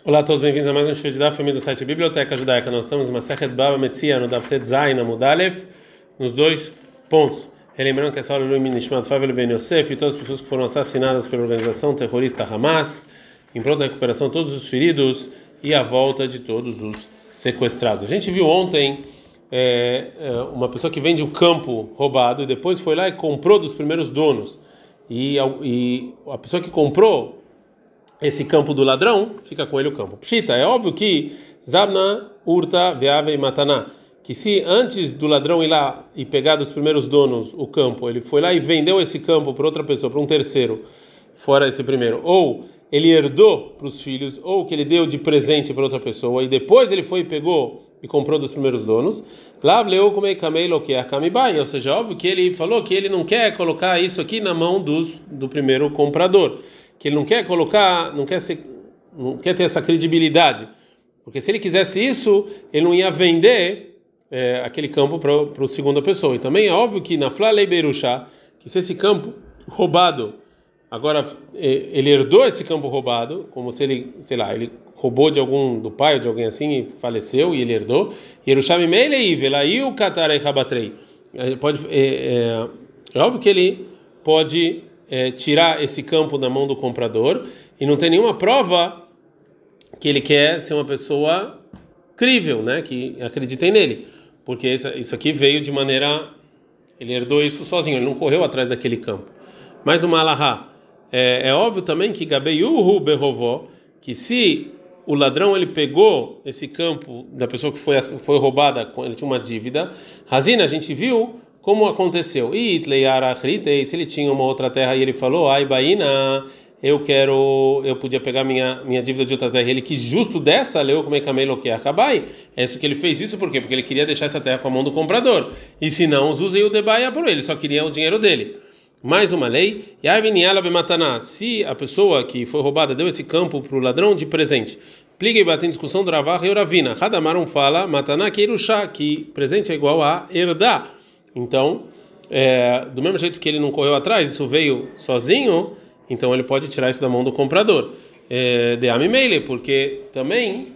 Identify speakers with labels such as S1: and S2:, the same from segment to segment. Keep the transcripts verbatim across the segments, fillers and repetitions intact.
S1: Olá a todos, bem-vindos a mais um show de Daf do site Biblioteca Judaica. Nós estamos na Masechet Bava Metzia, no Daf Tet Zayin Amud Aleph, nos dois pontos. Relembrando que essa aula é o Nishmat Favel Ben Yosef e todas as pessoas que foram assassinadas pela organização terrorista Hamas, em pronta recuperação, todos os feridos e a volta de todos os sequestrados. A gente viu ontem é, uma pessoa que vende o campo roubado e depois foi lá e comprou dos primeiros donos. E, e a pessoa que comprou esse campo do ladrão, fica com ele o campo. Pshita, é óbvio que Zabna, Urta, Veave e Mataná, que se antes do ladrão ir lá e pegar dos primeiros donos o campo, ele foi lá e vendeu esse campo para outra pessoa, para um terceiro, fora esse primeiro, ou ele herdou para os filhos, ou que ele deu de presente para outra pessoa, e depois ele foi e pegou e comprou dos primeiros donos, lá leu como é camelo que é camibai, ou seja, óbvio que ele falou que ele não quer colocar isso aqui na mão dos, do primeiro comprador, que ele não quer colocar, não quer ser, não quer ter essa credibilidade, porque se ele quisesse isso, ele não ia vender é, aquele campo para a segunda pessoa. E também é óbvio que na Flalei Berushá, que se esse campo roubado, agora ele herdou esse campo roubado, como se ele, sei lá, ele roubou de algum do pai ou de alguém assim e faleceu e ele herdou. Yerushami Meilei Velai o Katarei Rabatrei. Pode, é, é, é óbvio que ele pode É, tirar esse campo da mão do comprador e não tem nenhuma prova que ele quer ser uma pessoa crível, né, que acreditem nele, porque isso, isso aqui veio de maneira, ele herdou isso sozinho, ele não correu atrás daquele campo. Mais uma alahá, é, é óbvio também que Gabeiuhu Berovó, que se o ladrão ele pegou esse campo da pessoa que foi foi roubada, ele tinha uma dívida, Razina, a gente viu como aconteceu. E se ele tinha uma outra terra e ele falou, ai baína, eu quero, eu podia pegar minha minha dívida de outra terra. E ele quis justo dessa, leu como é camelo que é acabai. É isso que ele fez isso por quê? Porque ele queria deixar essa terra com a mão do comprador. E se não, os usei o debaia por ele, só queria o dinheiro dele. Mais uma lei, e ai viniala bemataná. Se a pessoa que foi roubada deu esse campo para o ladrão de presente. Pliga e bate em discussão do Ravah e Uravina. Radamarum fala, mataná queirushá, que presente é igual a herdar. Então, é, do mesmo jeito que ele não correu atrás, isso veio sozinho, então ele pode tirar isso da mão do comprador. É, de Amimeile, porque também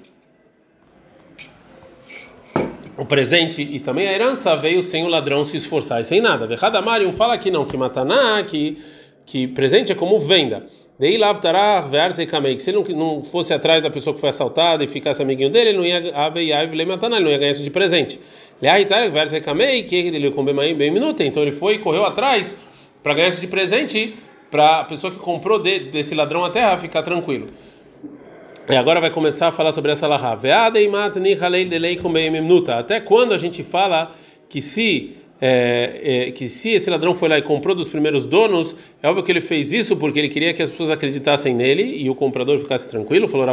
S1: o presente e também a herança veio sem o ladrão se esforçar e sem nada. Vechadamarium fala que não, que mataná, que, que presente é como venda. Daí lavtará verse kamei, que se ele não, não fosse atrás da pessoa que foi assaltada e ficasse amiguinho dele, ele não ia ele não ia ganhar isso de presente. Então ele foi e correu atrás para ganhar isso de presente para a pessoa que comprou de, desse ladrão a terra ficar tranquilo. E agora vai começar a falar sobre essa lahá. Até quando a gente fala que se é, é, que se esse ladrão foi lá e comprou dos primeiros donos, é óbvio que ele fez isso porque ele queria que as pessoas acreditassem nele e o comprador ficasse tranquilo. Falou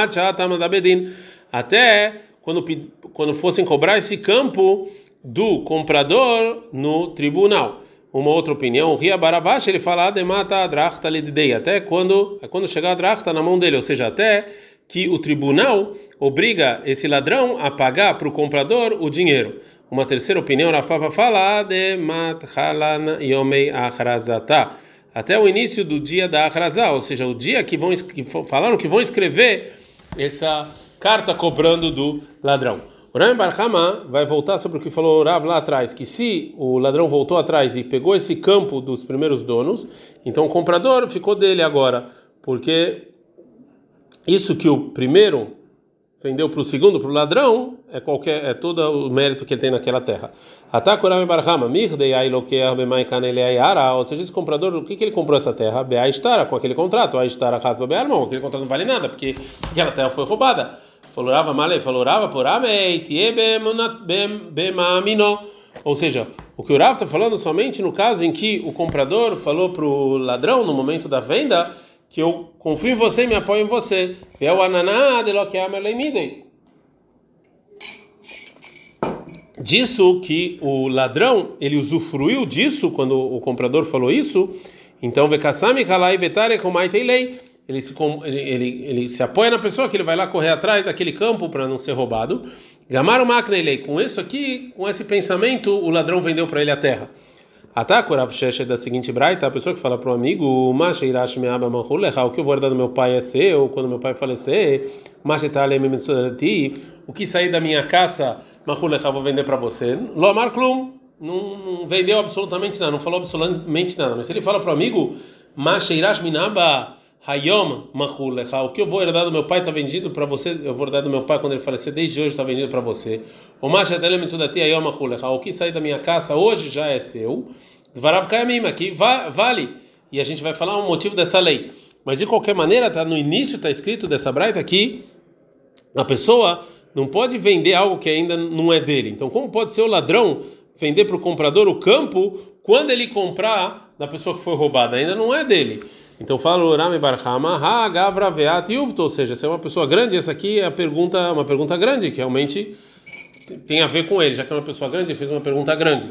S1: até quando quando fossem cobrar esse campo do comprador no tribunal. Uma outra opinião, o Ria Baravash, ele fala de mata adrachta lidei, até quando quando chegar a adrachta na mão dele, ou seja, até que o tribunal obriga esse ladrão a pagar para o comprador o dinheiro. Uma terceira opinião, Rafa fala de mathalan yomei achrazata, até o início do dia da achrazá, ou seja, o dia que vão que falaram que vão escrever essa carta cobrando do ladrão. O Rami Bar Hama vai voltar sobre o que falou o Rav lá atrás, que se o ladrão voltou atrás e pegou esse campo dos primeiros donos, então o comprador ficou dele agora, porque isso que o primeiro vendeu para o segundo, para o ladrão, é qualquer é todo o mérito que ele tem naquela terra. Ataca o Rami Bar Hama, ou seja, esse comprador, o que que ele comprou essa terra? Be'a Ishtara, com aquele contrato, a Ishtara Hasba Be'armão, aquele contrato não vale nada, porque aquela terra foi roubada. Falorava malei, falorava por amei, ou seja, o que o Rav está falando somente no caso em que o comprador falou para o ladrão no momento da venda que eu confio em você e me apoio em você. É o ananá de lo que amelei. Disso que o ladrão ele usufruiu disso quando o comprador falou isso. Então vekassami halai vetare komaitei. Ele se, ele, ele, ele se apoia na pessoa que ele vai lá correr atrás daquele campo para não ser roubado. Gamaru maknelei, com isso aqui, com esse pensamento, o ladrão vendeu para ele a terra. Ataca o Rav Sheshet da seguinte braita, a pessoa que fala para um amigo, Masha irash me'aba manchul lecha, o que eu vou herdar do meu pai é seu, quando meu pai falecer, Masha ta'alei mitzudati, o que sair da minha casa, manchul lecha, vou vender para você. Lo amar klum, não, não vendeu absolutamente nada, não falou absolutamente nada, mas se ele fala para o amigo, Masha irash minaba hayom manchul lecha, o que eu vou herdar do meu pai está vendido para você, eu vou herdar do meu pai quando ele falecer, desde hoje está vendido para você. O Masha ta'alei mitzudati hayom manchul lecha, o que sair da minha casa hoje já é seu. Varav Kayamim, aqui vale, e a gente vai falar um motivo dessa lei. Mas de qualquer maneira, tá no início está escrito dessa braita que a pessoa não pode vender algo que ainda não é dele. Então, como pode ser o ladrão vender para o comprador o campo quando ele comprar da pessoa que foi roubada? Ainda não é dele. Então fala o Rami Barhama, ha gavra veat yuvto, ou seja, se é uma pessoa grande, essa aqui é a pergunta, uma pergunta grande que realmente tem a ver com ele, já que é uma pessoa grande, ele fez uma pergunta grande.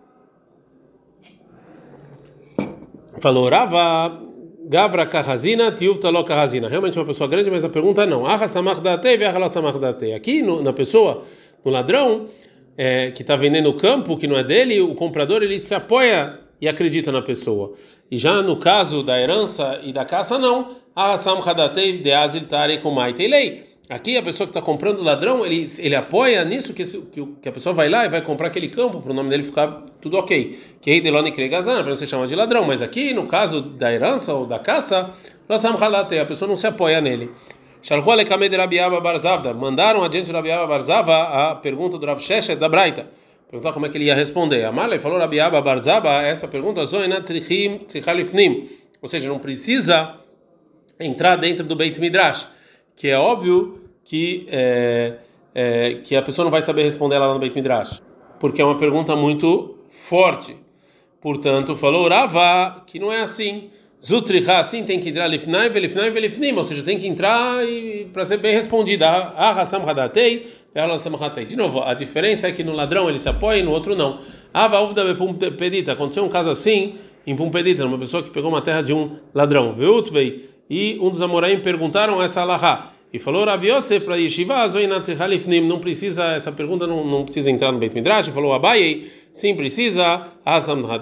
S1: Falou, Rava Gavra Kahazina, Tiuvta Lo Kahazina. Realmente é uma pessoa grande, mas a pergunta não. Aqui no, na pessoa, no ladrão, é, que está vendendo o campo, que não é dele, o comprador ele se apoia e acredita na pessoa. E já no caso da herança e da caça, não. Aqui a pessoa que está comprando o ladrão, ele, ele apoia nisso que, que, que a pessoa vai lá e vai comprar aquele campo para o nome dele ficar tudo ok. Que é Delone Kregazan, para não ser chamado de ladrão. Mas aqui, no caso da herança ou da caça, a pessoa não se apoia nele. Mandaram adiante do Rabi Abba Barzava a pergunta do Rav Sheshet da Braita. Perguntar como é que ele ia responder. A Marley falou Rabi Abba Barzava, essa pergunta, ou seja, não precisa entrar dentro do Beit Midrash. Que é óbvio que, é, é, que a pessoa não vai saber responder lá no Beit Midrash, porque é uma pergunta muito forte. Portanto, falou Rava, que não é assim. Zutricha, assim, tem que entrar lifnai, velifnai, velifnim, ou seja, tem que entrar para ser bem respondida. Ah, Hassam Hadatei, Hassam Hadatei. De novo, a diferença é que no ladrão ele se apoia e no outro não. Ava uvda bepumpedita, aconteceu um caso assim em Pumpedita, uma pessoa que pegou uma terra de um ladrão. Veutvei. E um dos amoraim perguntaram essa alahá e falou Rav Yosef para Yeshiva não precisa, essa pergunta não, não precisa entrar no Beit Midrash. Falou Abaye, sim precisa. A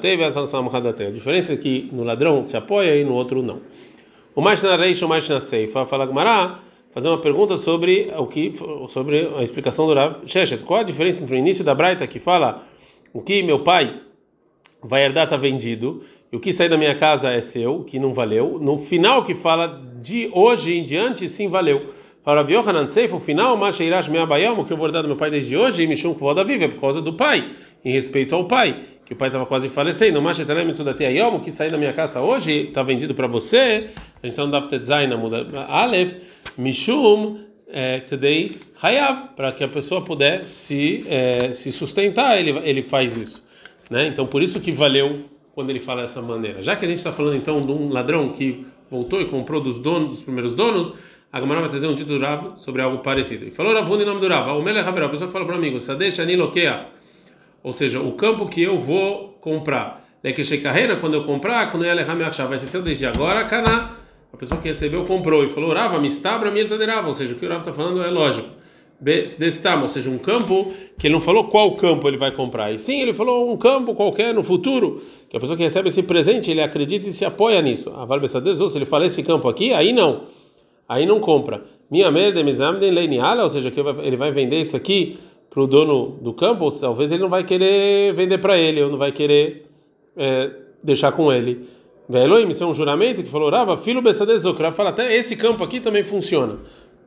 S1: diferença é que no ladrão se apoia e no outro não. O mais na reish, o mais na seifa, fala Gemara, fazer uma pergunta sobre o que, sobre a explicação do Rav Sheshet. Qual a diferença entre o início da Braita que fala o que meu pai vai herdar está vendido e o que sair da minha casa é seu, que não valeu. No final que fala de hoje em diante, sim valeu. Fala Rav Yochanan Seif, o final, Masha irash me'abayom, o que eu vou herdar do meu pai desde hoje, e Mishum Kvoda Viva, é por causa do pai, em respeito ao pai, que o pai estava quase falecendo. Masha Talem Tudati Ayom, o que sair da minha casa hoje está vendido para você. A gente está no Daftet Zayin, muda Aleph, Mishum Kedei Hayav, para que a pessoa puder se, é, se sustentar, ele, ele faz isso. Né? Então, por isso que valeu quando ele fala dessa maneira. Já que a gente está falando então de um ladrão que voltou e comprou dos donos, dos primeiros donos, a Gemara vai trazer um título do Rav sobre algo parecido. E falou Ravuna em nome do Rav, o Mele Haverá, a pessoa que fala para o amigo, Sadeh Shani Lokea, ou seja, o campo que eu vou comprar. Lekeshei Karrena, quando eu comprar, quando eu ia vai ser seu desde agora, Kaná, a pessoa que recebeu comprou e falou Rav, Mistabra Miltaderava, ou seja, o que o Rav está falando é lógico. Destam, ou seja, um campo que ele não falou qual campo ele vai comprar, e sim, ele falou um campo qualquer no futuro, que a pessoa que recebe esse presente, ele acredita e se apoia nisso. A Valbesadez, se ele fala esse campo aqui, aí não, aí não compra. Minha merda, ou seja, que ele vai vender isso aqui para o dono do campo, ou talvez ele não vai querer vender para ele, ou não vai querer é, deixar com ele. Veloim, isso é um juramento que falou, Rava, filho Besadez, fala até esse campo aqui também funciona.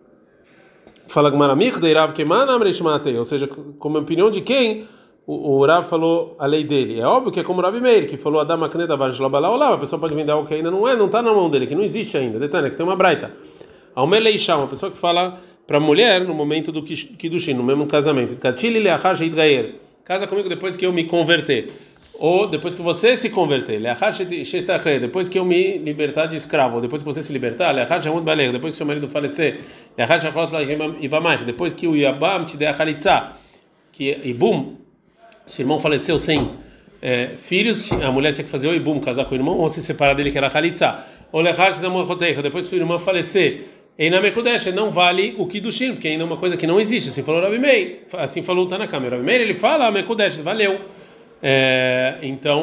S1: Fala Gmaramich, de Rav Kemanam Reishmatei, ou seja, como a opinião de quem o, o Rav falou a lei dele. É óbvio que é como o Rav Meir, que falou Adam Akneda Varjlabala Olá, a pessoa pode vender algo que ainda não é, não está na mão dele, que não existe ainda. Detalhe, que tem uma braita. Almeleishá, uma pessoa que fala para a mulher no momento do Kiddushin, no mesmo casamento. Katili Leachar Sheit Gaer, casa comigo depois que eu me converter. Ou depois que você se converter, depois que eu me libertar de escravo, ou depois que você se libertar, depois que seu marido falecer, depois que o Yabam te der a Khalitsa, que Ibum, seu irmão faleceu sem é, filhos, a mulher tinha que fazer o Ibum, casar com o irmão, ou se separar dele, que era a Khalitsa, ou depois que sua irmã falecer, não vale o Kiddushin, porque ainda é uma coisa que não existe, assim falou Rabi Meir, assim falou o Tanakama, Rabi Meir, ele fala, Mekudesh, valeu. É, então,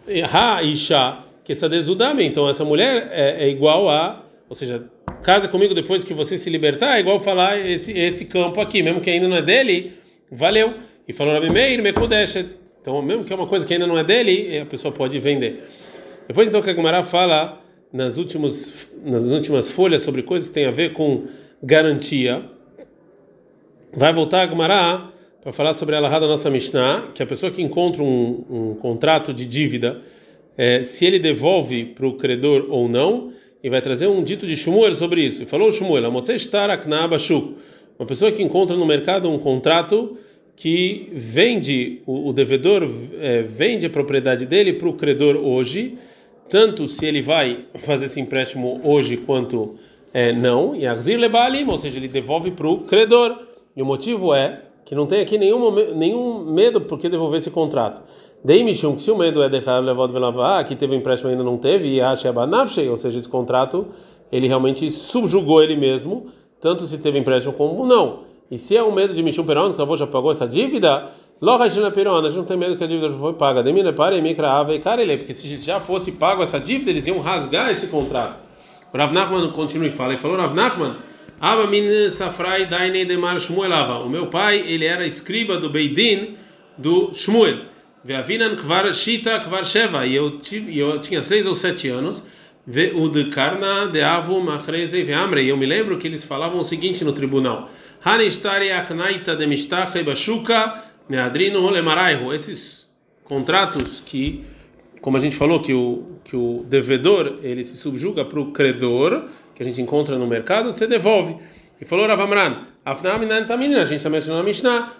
S1: Ha Isha que essa desudame, então essa mulher é, é igual a, ou seja, casa comigo depois que você se libertar, é igual falar esse esse campo aqui, mesmo que ainda não é dele, valeu. E falou Rabi Meir Mekudeshet, então mesmo que é uma coisa que ainda não é dele, a pessoa pode vender. Depois então que a Gemara fala nas últimas nas últimas folhas sobre coisas que tem a ver com garantia, vai voltar a Gemara para falar sobre a Alahá da nossa Mishnah, que a pessoa que encontra um, um contrato de dívida, é, se ele devolve para o credor ou não, e vai trazer um dito de Shmuel sobre isso. E falou Shmuel, uma pessoa que encontra no mercado um contrato que vende, o, o devedor é, vende a propriedade dele para o credor hoje, tanto se ele vai fazer esse empréstimo hoje quanto é, não, e Arzir Lebalim, ou seja, ele devolve para o credor. E o motivo é que não tem aqui nenhum, nenhum medo por que devolver esse contrato. Dei Mishum, que se o medo é deixar levado pela que teve empréstimo ainda não teve, e acha Abanavshei, ou seja, esse contrato ele realmente subjugou ele mesmo, tanto se teve empréstimo como não. E se é um medo de Mishum Peron, que o avô já pagou essa dívida, logo a gente não tem medo que a dívida já foi paga. Demina para e micra ave carele, porque se já fosse pago essa dívida, eles iam rasgar esse contrato. O Rav Nachman continua e fala, ele falou Rav Nachman, Aba min safrai daine demar Shmuel Ava. O meu pai, ele era escriba do Beidin do Shmuel. Ve'avinan kvar shita kvar sheva. E eu tive, eu tinha seis ou sete anos. Ve'ud karna deavu machreze ve'amre. E eu me lembro que eles falavam o seguinte no tribunal: Hanishtari aknaita de mishtache bashuka neadrino lemaraihu. Esses contratos que, como a gente falou, que o que o devedor ele se subjuga para o credor, que a gente encontra no mercado, você devolve. E falou Rav Amran, a gente também na Mishnah,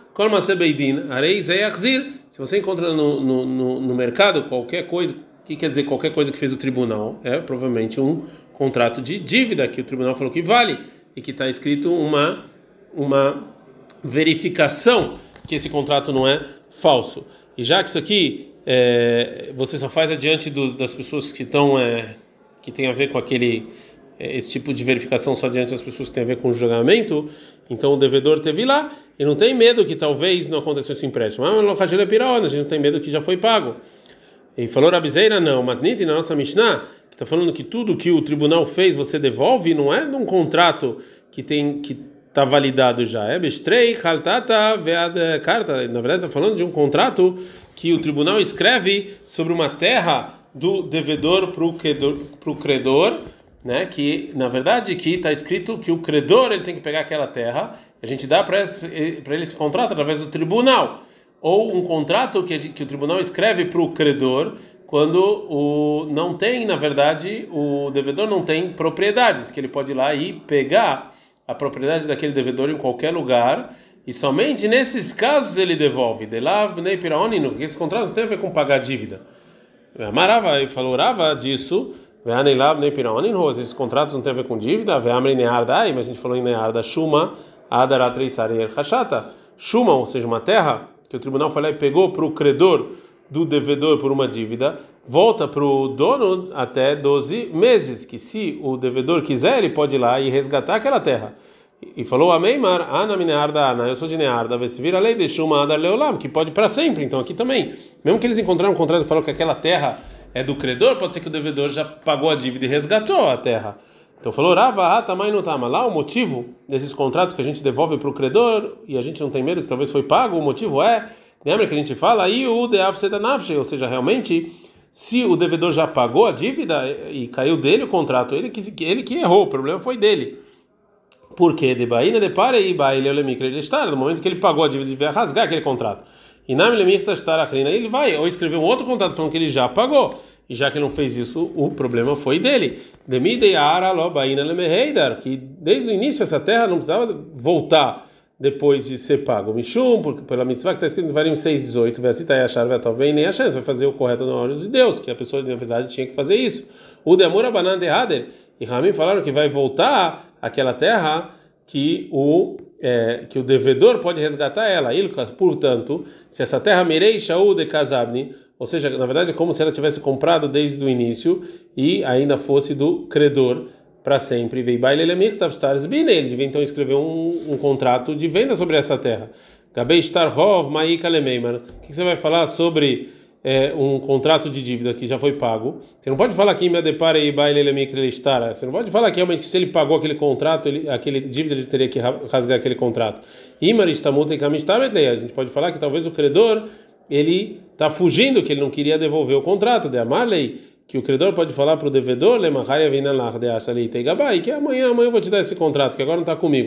S1: se você encontra no, no, no, no mercado qualquer coisa, o que quer dizer qualquer coisa que fez o tribunal? É provavelmente um contrato de dívida que o tribunal falou que vale e que está escrito uma, uma verificação que esse contrato não é falso. E já que isso aqui é, você só faz adiante do, das pessoas que estão é, que tem a ver com aquele esse tipo de verificação só diante das pessoas que tem a ver com o julgamento, então o devedor teve lá e não tem medo que talvez não acontecesse esse empréstimo. Ah, mas a gente não tem medo que já foi pago. E falou Rabizeira, não, Matniti na nossa Mishnah, que está falando que tudo que o tribunal fez você devolve, não é num contrato que tem que está validado já. É bestrei, haltata, vead carta. Na verdade está falando de um contrato que o tribunal escreve sobre uma terra do devedor para o credor, pro credor, né? Que na verdade que está escrito que o credor ele tem que pegar aquela terra, a gente dá para para ele esse contrato através do tribunal, ou um contrato que, que o tribunal escreve para o credor quando o não tem, na verdade, o devedor não tem propriedades, que ele pode ir lá e pegar a propriedade daquele devedor em qualquer lugar, e somente nesses casos ele devolve. Delav bnei piraoninu, porque esse contrato não tem a ver com pagar dívida. Amarava e falou Rava disso. Esses contratos não tem a ver com dívida. Mas a gente falou em Nearda Shuma, Adarat Reisari Hashata. Shuma, ou seja, uma terra que o tribunal foi lá e pegou para o credor do devedor por uma dívida, volta para o dono até doze meses. Que se o devedor quiser, ele pode ir lá e resgatar aquela terra. E falou Ameimar, Ana Minearda, Ana, eu sou de Nearda, vai se vir a lei de Shuma Adar Leolam, que pode para sempre. Então aqui também, mesmo que eles encontraram um contrato e falaram que aquela terra é do credor, pode ser que o devedor já pagou a dívida e resgatou a terra. Então falou Rava, Tamai no Tama. Lá o motivo desses contratos que a gente devolve para o credor e a gente não tem medo que talvez foi pago, o motivo é, lembra que a gente fala aí o Deav Sedanavche, ou seja, realmente, se o devedor já pagou a dívida e caiu dele o contrato, ele que, ele que errou, o problema foi dele. Porque de Baína de Pare e Baile Olemikra ele está, no momento que ele pagou a dívida, ele vai rasgar aquele contrato. E na Milemikta está a ele vai ou escrever um outro contrato falando que ele já pagou. E já que ele não fez isso, o problema foi dele. Demidei ara lo Baína Lemeheidar, que desde o início essa terra não precisava voltar depois de ser pago. Mishum, porque pela mitzvah que está escrito em Varim seis dezoito, vai citar e achar, vai talvez nem a chance, vai fazer o correto na hora de Deus, que a pessoa na verdade tinha que fazer isso. O de amor abanan de Hader, e Ramim falaram que vai voltar aquela terra que o é, que o devedor pode resgatar ela. Ilkas, portanto, se essa terra mirei shaú de Kazabni, ou seja, na verdade é como se ela tivesse comprado desde o início e ainda fosse do credor para sempre. Veio baile ele devia então escrever um, um contrato de venda sobre essa terra. Gabei Starhov Maika Lemeiman. O que você vai falar sobre é, um contrato de dívida que já foi pago, você não pode falar que você não pode falar que realmente se ele pagou aquele contrato, ele, aquele dívida ele teria que rasgar aquele contrato. A gente pode falar que talvez o credor ele está fugindo, que ele não queria devolver o contrato de Amarley, que o credor pode falar para o devedor, que amanhã, amanhã eu vou te dar esse contrato, que agora não está comigo.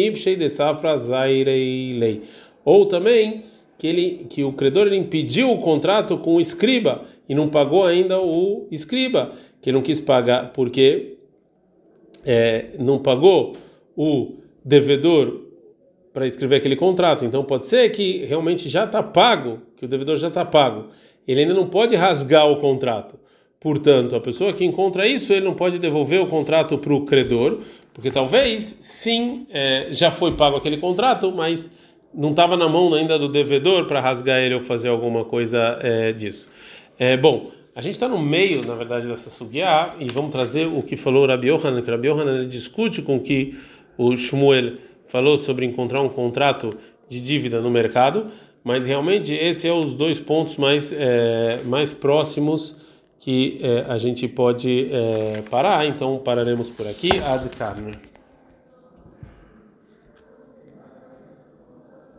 S1: Ou também que ele, que o credor ele impediu o contrato com o escriba e não pagou ainda o escriba, que ele não quis pagar porque é, não pagou o devedor para escrever aquele contrato. Então pode ser que realmente já está pago, que o devedor já está pago. Ele ainda não pode rasgar o contrato. Portanto, a pessoa que encontra isso, ele não pode devolver o contrato para o credor, porque talvez sim é, já foi pago aquele contrato, mas não estava na mão ainda do devedor para rasgar ele ou fazer alguma coisa é, disso. É, bom, a gente está no meio, na verdade, dessa sugiá e vamos trazer o que falou o Rabi Yohanan, que o Rabi Yohanan ele discute com o que o Shmuel falou sobre encontrar um contrato de dívida no mercado, mas realmente esse é os dois pontos mais, é, mais próximos que é, a gente pode é, parar, então pararemos por aqui. Ad carne.